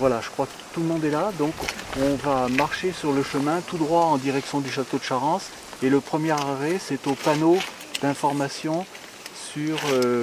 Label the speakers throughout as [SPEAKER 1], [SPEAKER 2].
[SPEAKER 1] Voilà, je crois que tout le monde est là, donc on va marcher sur le chemin tout droit en direction du château de Charance. Et le premier arrêt, c'est au panneau d'information sur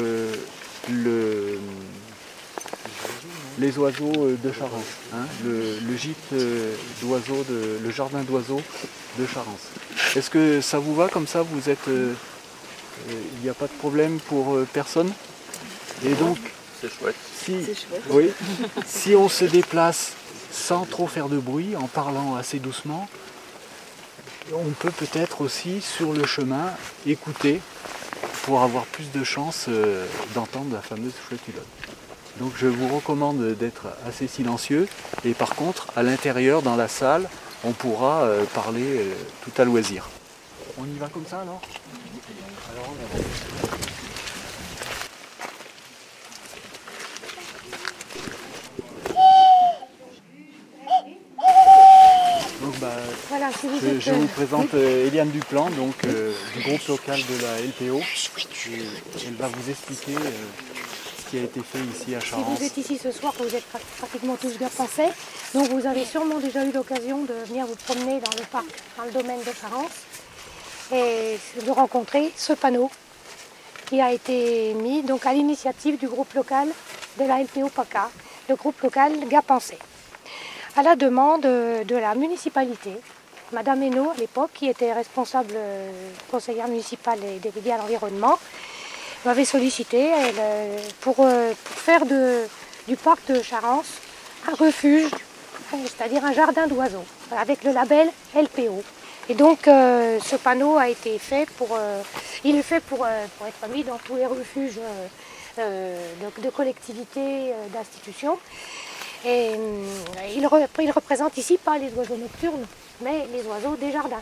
[SPEAKER 1] les oiseaux de Charance, hein, le gîte d'oiseaux, le jardin d'oiseaux de Charance. Est-ce que ça vous va comme ça? Vous êtes, il n'y a pas de problème pour personne? Et donc,
[SPEAKER 2] c'est chouette.
[SPEAKER 1] Oui, si on se déplace sans trop faire de bruit, en parlant assez doucement, on peut peut-être aussi sur le chemin écouter pour avoir plus de chances d'entendre la fameuse chouette hulotte. Donc je vous recommande d'être assez silencieux et par contre à l'intérieur dans la salle on pourra parler tout à loisir. On y va comme ça alors? Alors on avance.
[SPEAKER 3] Voilà, si vous
[SPEAKER 1] je vous présente Eliane Duplan, donc du groupe local de la LPO. Elle va vous expliquer ce qui a été fait ici à Charance.
[SPEAKER 3] Si vous êtes ici ce soir, vous êtes pratiquement tous garçons, donc vous avez sûrement déjà eu l'occasion de venir vous promener dans le parc, dans le domaine de Charance, et de rencontrer ce panneau qui a été mis donc, à l'initiative du groupe local de la LPO PACA, le groupe local Gapensé, à la demande de la municipalité. Madame Hainaut, à l'époque, qui était responsable conseillère municipale et déléguée à l'environnement, m'avait sollicité pour faire du parc de Charance un refuge, c'est-à-dire un jardin d'oiseaux, avec le label LPO. Et donc ce panneau a été fait il est fait pour être mis dans tous les refuges de collectivités, d'institutions. Et il représente ici pas les oiseaux nocturnes, mais les oiseaux des jardins.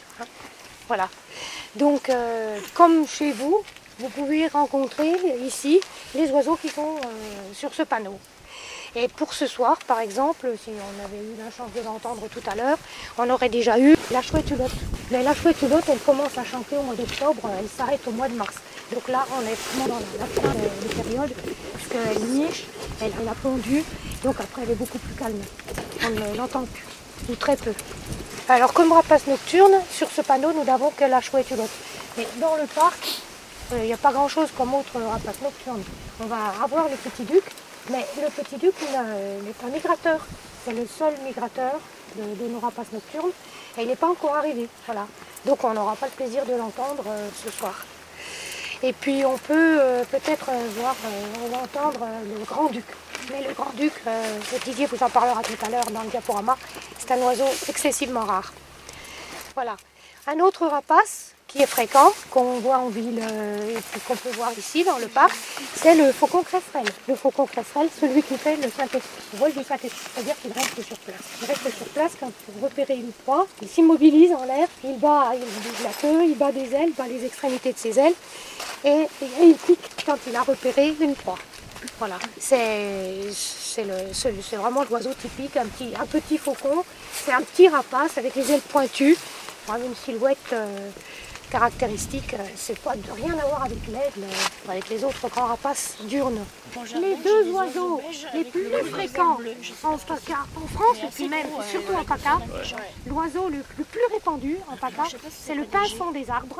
[SPEAKER 3] Voilà. Donc, comme chez vous, vous pouvez rencontrer ici les oiseaux qui sont sur ce panneau. Et pour ce soir, par exemple, si on avait eu la chance de l'entendre tout à l'heure, on aurait déjà eu la chouette hulotte. Mais la chouette hulotte, elle commence à chanter au mois d'octobre, elle s'arrête au mois de mars. Donc là, on est vraiment dans la fin de période, puisqu'elle niche, elle a pondu, donc après elle est beaucoup plus calme. On ne l'entend plus, ou très peu. Alors comme rapace nocturne, sur ce panneau, nous n'avons que la chouette hulotte. Mais dans le parc, il n'y a pas grand-chose comme autre rapace nocturne. On va avoir le petit duc, mais le petit duc est un migrateur. C'est le seul migrateur de nos rapaces nocturnes, et il n'est pas encore arrivé. Voilà. Donc on n'aura pas le plaisir de l'entendre ce soir. Et puis on peut peut-être entendre le grand-duc. Mais le grand-duc, Didier vous en parlera tout à l'heure dans le diaporama, c'est un oiseau excessivement rare. Voilà. Un autre rapace qui est fréquent, qu'on voit en ville et qu'on peut voir ici dans le parc, c'est le faucon cresserelle. Le faucon cresserelle, celui qui fait le vol du Saint-Esprit, c'est-à-dire qu'il reste sur place. Il reste sur place quand vous repérez une proie, il s'immobilise en l'air, il bouge la queue, il bat des ailes, il bat les extrémités de ses ailes, et il pique quand il a repéré une proie. Voilà, c'est vraiment l'oiseau typique, un petit faucon, c'est un petit rapace avec les ailes pointues, vraiment une silhouette caractéristique, c'est pas de rien à voir avec l'aigle, avec les autres grands rapaces diurnes. Les deux oiseaux les plus fréquents en PACA en France, et puis même surtout en PACA, l'oiseau le plus répandu en PACA, c'est le pinson des arbres.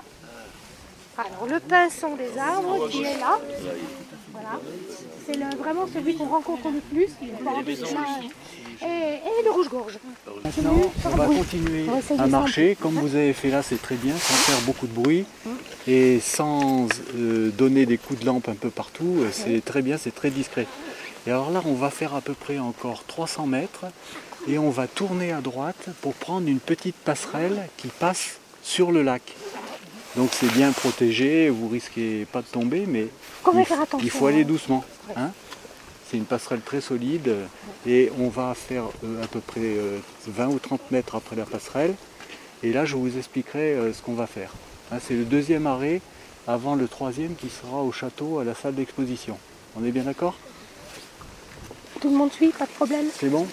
[SPEAKER 3] Alors le pinson des arbres qui est là, voilà, c'est vraiment celui qu'on rencontre le plus, et le rouge-gorge.
[SPEAKER 1] Maintenant, on va continuer à marcher, comme vous avez fait là, c'est très bien, sans faire beaucoup de bruit et sans donner des coups de lampe un peu partout, c'est très bien, c'est très discret. Et alors là, on va faire à peu près encore 300 mètres et on va tourner à droite pour prendre une petite passerelle qui passe sur le lac. Donc c'est bien protégé, vous risquez pas de tomber, mais il faut aller doucement. Hein. C'est une passerelle très solide et on va faire à peu près 20 ou 30 mètres après la passerelle. Et là, je vous expliquerai ce qu'on va faire. Hein, c'est le deuxième arrêt avant le troisième qui sera au château, à la salle d'exposition. On est bien d'accord?
[SPEAKER 3] Tout le monde suit, pas de problème?
[SPEAKER 1] C'est bon?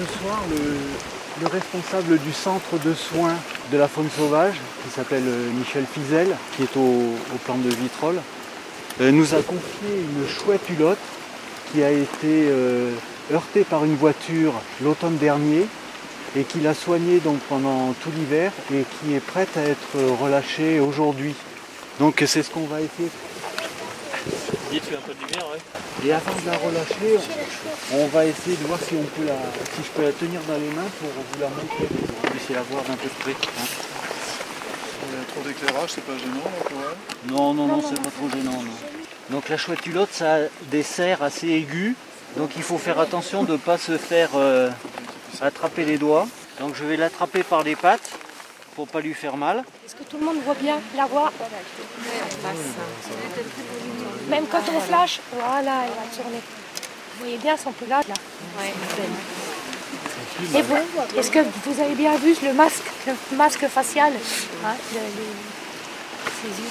[SPEAKER 1] ce soir le responsable du centre de soins de la faune sauvage, qui s'appelle Michel Fizel, qui est au plan de Vitrolles, nous a confié une chouette hulotte qui a été heurtée par une voiture l'automne dernier et qui l'a soignée donc pendant tout l'hiver et qui est prête à être relâchée aujourd'hui. Donc c'est ce qu'on va essayer.
[SPEAKER 2] Tu un peu de lumière, ouais.
[SPEAKER 1] Et avant de la relâcher, on va essayer de voir si je peux la tenir dans les mains pour vous la montrer, pour que vous puissiez la voir d'un peu près. Hein.
[SPEAKER 4] Il y a trop d'éclairage, c'est pas gênant là, pour elle?
[SPEAKER 1] Non, c'est pas trop gênant. Non. Donc la chouette hulotte, ça a des serres assez aigus, donc il faut faire attention de ne pas se faire attraper les doigts. Donc je vais l'attraper par les pattes pour pas lui faire mal.
[SPEAKER 3] Est-ce que tout le monde voit bien la voir? Même quand on flash, voilà, elle va tourner. Vous voyez bien son pelage là. Et bon, est-ce que vous avez bien vu le masque facial, hein, ses yeux.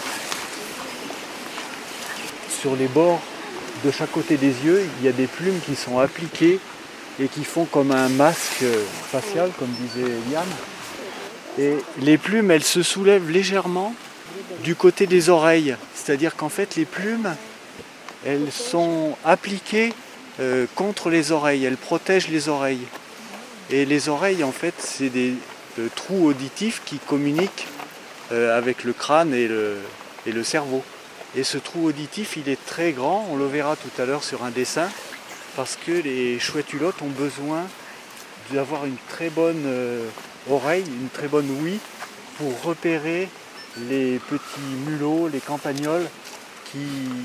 [SPEAKER 1] Sur les bords de chaque côté des yeux, il y a des plumes qui sont appliquées et qui font comme un masque facial, comme disait Yann. Et les plumes, elles se soulèvent légèrement du côté des oreilles. C'est-à-dire qu'en fait, les plumes, elles sont appliquées contre les oreilles. Elles protègent les oreilles. Et les oreilles, en fait, c'est des trous auditifs qui communiquent avec le crâne et le cerveau. Et ce trou auditif, il est très grand. On le verra tout à l'heure sur un dessin. Parce que les chouettes hulottes ont besoin d'avoir une très bonne oreille, une très bonne ouïe pour repérer les petits mulots, les campagnols qui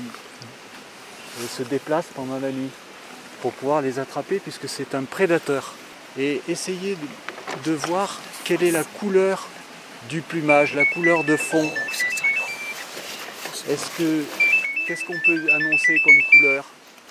[SPEAKER 1] se déplacent pendant la nuit pour pouvoir les attraper puisque c'est un prédateur. Et essayez de voir quelle est la couleur du plumage, la couleur de fond. Qu'est-ce qu'on peut annoncer comme couleur?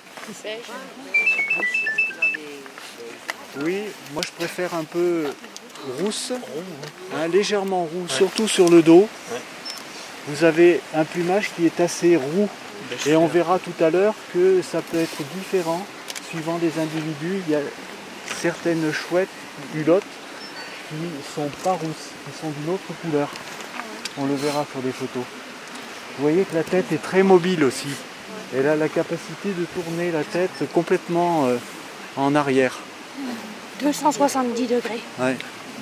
[SPEAKER 1] Oui, moi je préfère un peu rousse, hein, légèrement roux, surtout sur le dos. Vous avez un plumage qui est assez roux et on verra tout à l'heure que ça peut être différent suivant les individus. Il y a certaines chouettes hulottes qui ne sont pas rousses, qui sont d'une autre couleur. On le verra sur des photos. Vous voyez que la tête est très mobile aussi. Elle a la capacité de tourner la tête complètement en arrière.
[SPEAKER 3] 270 degrés.
[SPEAKER 1] Ouais.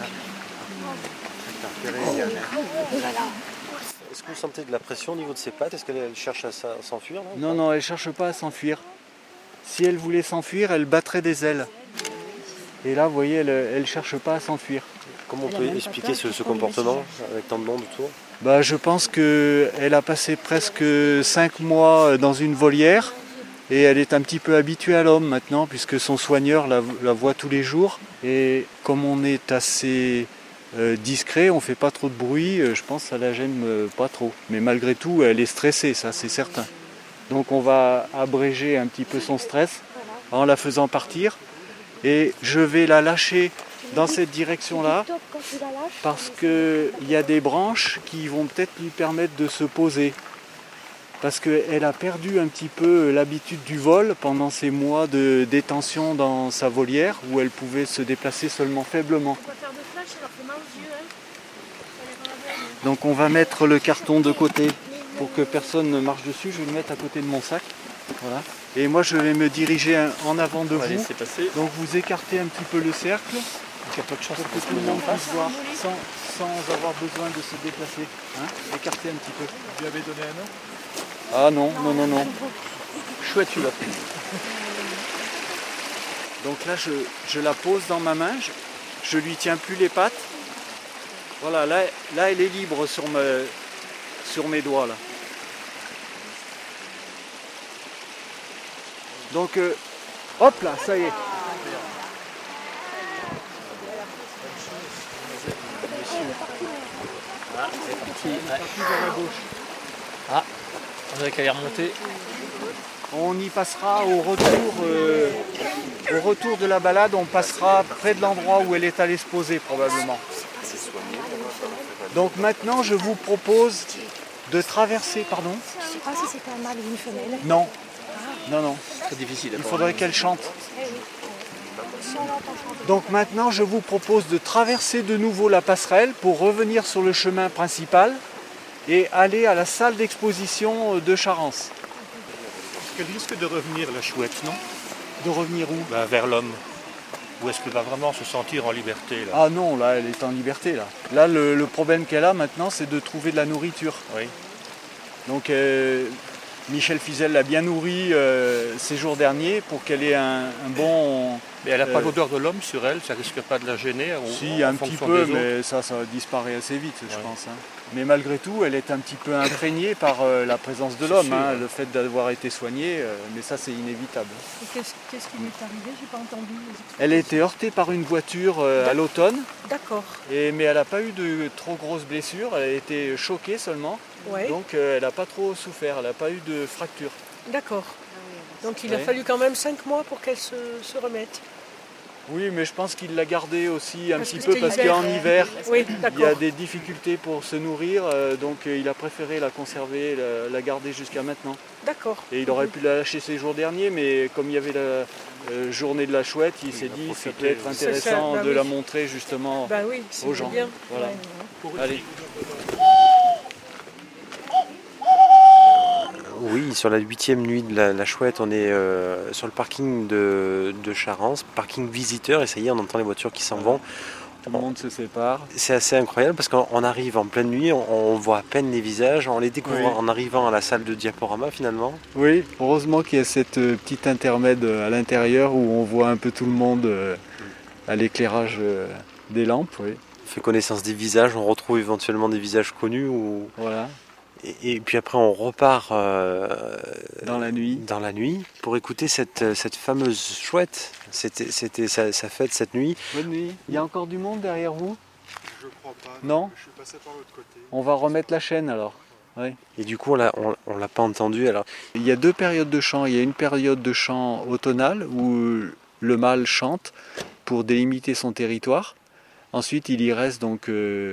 [SPEAKER 2] Est-ce que vous sentez de la pression au niveau de ses pattes? Est-ce qu'elle cherche à s'enfuir?
[SPEAKER 1] Non, elle ne cherche pas à s'enfuir. Si elle voulait s'enfuir, elle battrait des ailes. Et là, vous voyez, elle ne cherche pas à s'enfuir.
[SPEAKER 2] Comment on peut expliquer ce comportement avec tant de monde autour?
[SPEAKER 1] Je pense qu'elle a passé presque 5 mois dans une volière et elle est un petit peu habituée à l'homme maintenant puisque son soigneur la voit tous les jours. Et comme on est assez discret, on ne fait pas trop de bruit, je pense que ça la gêne pas trop. Mais malgré tout, elle est stressée, ça c'est certain. Donc on va abréger un petit peu son stress en la faisant partir. Et je vais la lâcher dans cette direction-là parce qu'il y a des branches qui vont peut-être lui permettre de se poser. Parce qu'elle a perdu un petit peu l'habitude du vol pendant ces mois de détention dans sa volière où elle pouvait se déplacer seulement faiblement. Donc on va mettre le carton de côté pour que personne ne marche dessus. Je vais le mettre à côté de mon sac. Voilà. Et moi je vais me diriger en avant de vous. Donc vous écartez un petit peu le cercle pour que tout le monde puisse voir sans avoir besoin de se déplacer. Hein, écartez un petit peu.
[SPEAKER 4] Vous lui avez donné un nom?
[SPEAKER 1] Ah non. Chouette hulotte. Donc là je la pose dans ma main, je lui tiens plus les pattes. Voilà, là elle est libre sur mes doigts là. Donc hop là, ça y est.
[SPEAKER 2] Ah, c'est parti.
[SPEAKER 1] Vers la gauche.
[SPEAKER 2] Ah, on dirait qu'elle est remontée.
[SPEAKER 1] On y passera au retour de la balade, on passera près de l'endroit où elle est allée se poser probablement. Donc maintenant je vous propose de traverser, pardon.
[SPEAKER 3] Je ne sais pas si c'est un mâle ou une femelle.
[SPEAKER 1] Non.
[SPEAKER 2] C'est difficile.
[SPEAKER 1] Il faudrait qu'elle chante. Donc maintenant, je vous propose de traverser de nouveau la passerelle pour revenir sur le chemin principal et aller à la salle d'exposition de Charance.
[SPEAKER 5] Est-ce qu'elle risque de revenir, la chouette, non?
[SPEAKER 1] De revenir où?
[SPEAKER 5] Vers l'homme. Ou est-ce qu'elle va vraiment se sentir en liberté là?
[SPEAKER 1] Ah non, là, elle est en liberté. Là, le problème qu'elle a maintenant, c'est de trouver de la nourriture.
[SPEAKER 5] Oui.
[SPEAKER 1] Donc, Michel Fizel l'a bien nourrie ces jours derniers pour qu'elle ait un bon...
[SPEAKER 5] Mais elle n'a pas l'odeur de l'homme sur elle, ça risque pas de la gêner
[SPEAKER 1] Si, un petit peu, mais ça disparaît assez vite, je pense. Hein. Mais malgré tout, elle est un petit peu imprégnée par la présence de l'homme, hein, le fait d'avoir été soignée, mais ça c'est inévitable.
[SPEAKER 6] Et qu'est-ce qui lui est arrivé? J'ai pas entendu les explications.
[SPEAKER 1] Elle a été heurtée par une voiture à l'automne,
[SPEAKER 6] D'accord.
[SPEAKER 1] mais elle n'a pas eu de trop grosses blessures, elle a été choquée seulement,
[SPEAKER 6] Ouais.
[SPEAKER 1] donc elle n'a pas trop souffert, elle n'a pas eu de fracture.
[SPEAKER 6] D'accord. Donc il a fallu quand même 5 mois pour qu'elle se remette.
[SPEAKER 1] Oui, mais je pense qu'il l'a gardée aussi un
[SPEAKER 6] Parce
[SPEAKER 1] petit
[SPEAKER 6] que
[SPEAKER 1] peu
[SPEAKER 6] c'était
[SPEAKER 1] parce
[SPEAKER 6] l'hiver.
[SPEAKER 1] qu'en hiver,
[SPEAKER 6] Oui,
[SPEAKER 1] il y
[SPEAKER 6] d'accord.
[SPEAKER 1] a des difficultés pour se nourrir, donc il a préféré la conserver, la garder jusqu'à maintenant.
[SPEAKER 6] D'accord.
[SPEAKER 1] Et il aurait pu la lâcher ces jours derniers, mais comme il y avait la journée de la chouette, il s'est dit que ça peut être
[SPEAKER 6] C'est ça,
[SPEAKER 1] intéressant
[SPEAKER 6] bah
[SPEAKER 1] de
[SPEAKER 6] oui.
[SPEAKER 1] la montrer justement
[SPEAKER 6] Bah oui, c'est
[SPEAKER 1] aux gens.
[SPEAKER 6] bien.
[SPEAKER 1] Voilà.
[SPEAKER 6] Ouais.
[SPEAKER 1] Allez.
[SPEAKER 2] Oui, sur la 8e nuit de la chouette, on est sur le parking de Charance, parking visiteur, et ça y est, on entend les voitures qui s'en vont.
[SPEAKER 1] Tout le monde se sépare.
[SPEAKER 2] C'est assez incroyable parce qu'on arrive en pleine nuit, on voit à peine les visages, on les découvre
[SPEAKER 1] Oui.
[SPEAKER 2] en arrivant à la salle de diaporama finalement.
[SPEAKER 1] Oui, heureusement qu'il y a cette petite intermède à l'intérieur où on voit un peu tout le monde à l'éclairage des lampes. Oui.
[SPEAKER 2] On fait connaissance des visages, on retrouve éventuellement des visages connus.
[SPEAKER 1] Voilà,
[SPEAKER 2] Et puis après on repart
[SPEAKER 1] dans la nuit.
[SPEAKER 2] Pour écouter cette fameuse chouette. C'était sa fête cette nuit.
[SPEAKER 1] Bonne nuit. Il y a encore du monde derrière vous?
[SPEAKER 4] Je crois pas.
[SPEAKER 1] Non.
[SPEAKER 4] Je suis passé par l'autre côté.
[SPEAKER 1] On va remettre la chaîne alors. Oui.
[SPEAKER 2] Et du coup on l'a pas entendu. Alors
[SPEAKER 1] Il y a deux périodes de chant. Il y a une période de chant automnale où le mâle chante pour délimiter son territoire. Ensuite, il y reste donc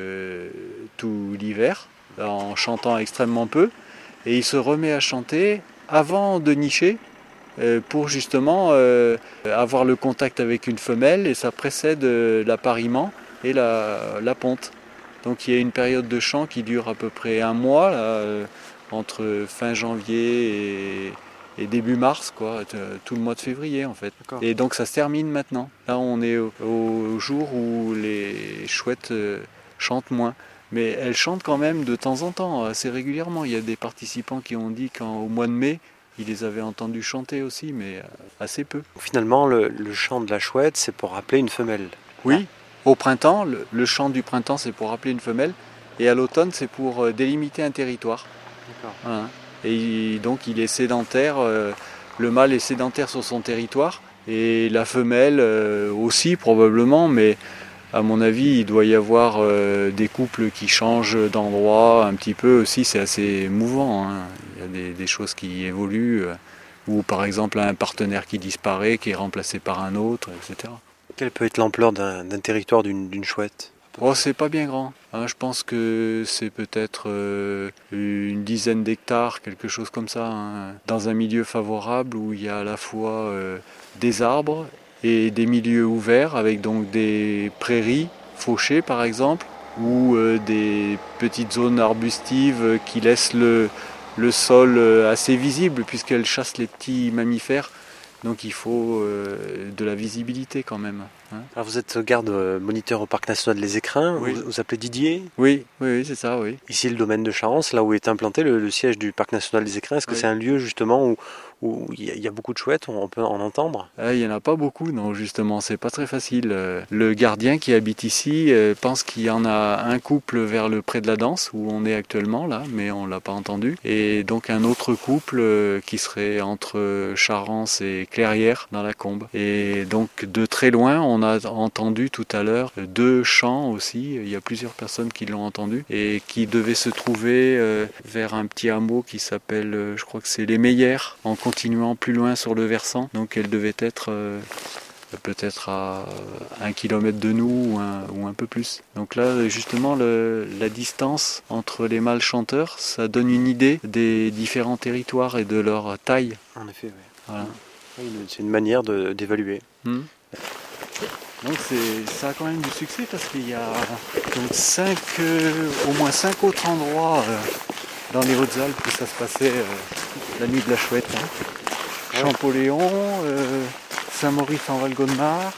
[SPEAKER 1] tout l'hiver en chantant extrêmement peu. Et il se remet à chanter avant de nicher pour justement avoir le contact avec une femelle et ça précède l'appariement et la ponte. Donc il y a une période de chant qui dure à peu près un mois, là, entre fin janvier et début mars, quoi, tout le mois de février en fait.
[SPEAKER 2] D'accord.
[SPEAKER 1] Et donc ça se termine maintenant. Là on est au jour où les chouettes chantent moins. Mais elles chantent quand même de temps en temps, assez régulièrement. Il y a des participants qui ont dit qu'au mois de mai, ils les avaient entendus chanter aussi, mais assez peu.
[SPEAKER 2] finalement le chant de la chouette c'est pour rappeler une femelle.
[SPEAKER 1] Oui, au printemps, le chant du printemps c'est pour rappeler une femelle, et à l'automne c'est pour délimiter un territoire.
[SPEAKER 2] D'accord.
[SPEAKER 1] Voilà. Et donc il est sédentaire, le mâle est sédentaire sur son territoire, et la femelle aussi probablement, mais à mon avis il doit y avoir des couples qui changent d'endroit un petit peu aussi, c'est assez mouvant, hein. Il y a des choses qui évoluent, ou par exemple un partenaire qui disparaît, qui est remplacé par un autre, etc.
[SPEAKER 2] Quelle peut être l'ampleur d'un territoire d'une chouette?
[SPEAKER 1] Oh, c'est pas bien grand, hein, je pense que c'est peut-être une dizaine d'hectares, quelque chose comme ça, hein, dans un milieu favorable où il y a à la fois des arbres et des milieux ouverts avec donc des prairies fauchées par exemple, ou des petites zones arbustives qui laissent le sol assez visible puisqu'elles chassent les petits mammifères. Donc il faut de la visibilité quand même. Hein.
[SPEAKER 2] Alors vous êtes garde moniteur au Parc National des Écrins,
[SPEAKER 1] Oui.
[SPEAKER 2] vous appelez Didier.
[SPEAKER 1] Oui, c'est ça, oui.
[SPEAKER 2] Ici le domaine de Charance, là où est implanté le siège du Parc National des Écrins, est-ce que
[SPEAKER 1] Oui.
[SPEAKER 2] c'est un lieu justement où il y a beaucoup de chouettes, on peut en entendre?
[SPEAKER 1] Il n'y en a pas beaucoup, non, justement, c'est pas très facile. Le gardien qui habite ici pense qu'il y en a un couple vers le pré de la Danse, où on est actuellement, là, mais on l'a pas entendu. Et donc un autre couple qui serait entre Charance et Clairières, dans la Combe. Et donc de très loin, on a entendu tout à l'heure 2 chants aussi, il y a plusieurs personnes qui l'ont entendu, et qui devaient se trouver vers un petit hameau qui s'appelle, je crois que c'est les Meillères, en continuant plus loin sur le versant. Donc elle devait être peut-être à 1 kilomètre de nous ou un peu plus. Donc là justement la distance entre les mâles chanteurs, ça donne une idée des différents territoires et de leur taille.
[SPEAKER 2] En effet, oui.
[SPEAKER 1] Voilà.
[SPEAKER 2] Oui, c'est une manière d'évaluer.
[SPEAKER 1] Donc ça a quand même du succès parce qu'il y a donc au moins 5 autres endroits dans les Hautes-Alpes où ça se passait la nuit de la chouette. Champollion, Saint-Maurice en Val-Gaudemar,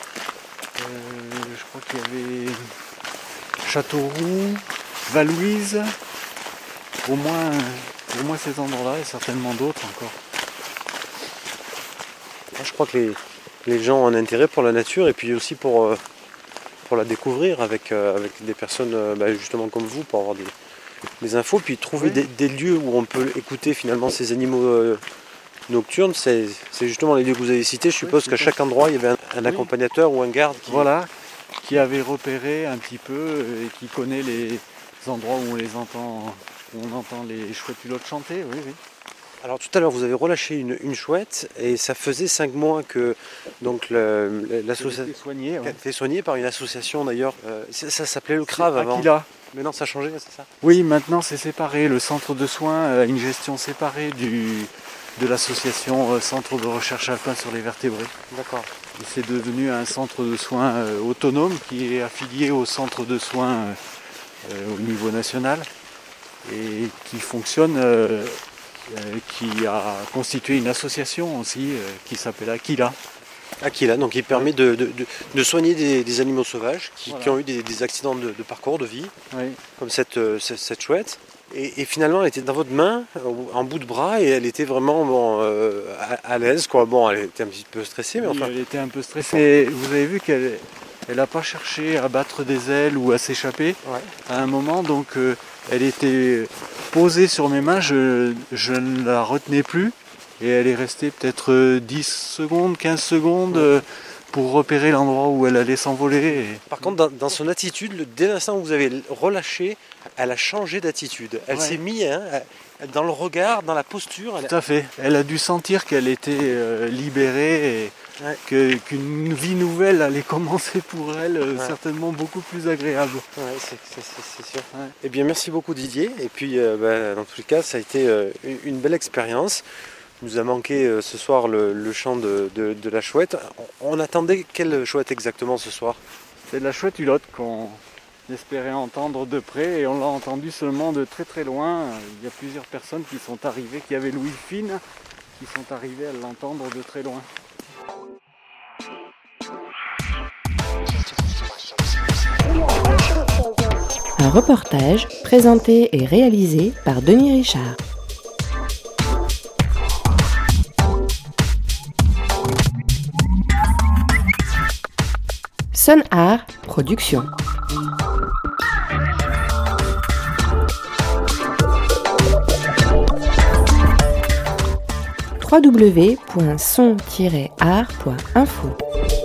[SPEAKER 1] je crois qu'il y avait Châteauroux, Val-Louise, au moins ces endroits-là et certainement d'autres encore.
[SPEAKER 2] Je crois que les gens ont un intérêt pour la nature et puis aussi pour la découvrir avec des personnes justement comme vous pour avoir des infos, puis trouver des lieux où on peut écouter finalement ces animaux nocturnes. C'est justement les lieux que vous avez cités. Je suppose qu'à chaque endroit il y avait un accompagnateur ou un garde
[SPEAKER 1] qui avait repéré un petit peu et qui connaît les endroits où on entend les chouettes pilotes chanter. Oui.
[SPEAKER 2] Alors tout à l'heure vous avez relâché une chouette et ça faisait 5 mois que donc l'association a été soignée par une association d'ailleurs. Ça s'appelait le CRAV avant.
[SPEAKER 1] Aquila.
[SPEAKER 2] Mais non, ça a changé, c'est ça?
[SPEAKER 1] Oui, maintenant c'est séparé. Le centre de soins a une gestion séparée de l'association Centre de recherche alpin sur les vertébrés.
[SPEAKER 2] D'accord.
[SPEAKER 1] Et c'est devenu un centre de soins autonome qui est affilié au centre de soins au niveau national et qui fonctionne, qui a constitué une association aussi qui s'appelle Aquila.
[SPEAKER 2] Aquila, donc il permet de soigner des animaux sauvages qui ont eu des accidents de parcours, de vie, comme cette chouette. Et finalement, elle était dans votre main, en bout de bras, et elle était vraiment à l'aise, quoi. Bon, elle était un petit peu stressée, mais enfin...
[SPEAKER 1] Elle était un peu stressée. Vous avez vu qu'elle n'a pas cherché à battre des ailes ou à s'échapper à un moment, donc elle était posée sur mes mains, je ne la retenais plus, et elle est restée peut-être 10 secondes, 15 secondes... pour repérer l'endroit où elle allait s'envoler.
[SPEAKER 2] Par contre, dans son attitude, dès l'instant où vous avez relâché, elle a changé d'attitude. Elle s'est mise dans le regard, dans la posture.
[SPEAKER 1] Tout à fait. Elle a dû sentir qu'elle était libérée et qu'une vie nouvelle allait commencer pour elle, certainement beaucoup plus agréable.
[SPEAKER 2] Ouais, c'est sûr. Ouais. Eh bien, merci beaucoup Didier. Et puis, dans tous les cas, ça a été une belle expérience. Il nous a manqué ce soir le chant de la chouette. On attendait quelle chouette exactement ce soir?
[SPEAKER 1] C'est la chouette hulotte qu'on espérait entendre de près et on l'a entendu seulement de très très loin. Il y a plusieurs personnes qui sont arrivées, qui avaient l'ouïe fine, qui sont arrivées à l'entendre de très loin.
[SPEAKER 7] Un reportage présenté et réalisé par Denis Richard. Sun Art Production. www.son-art.info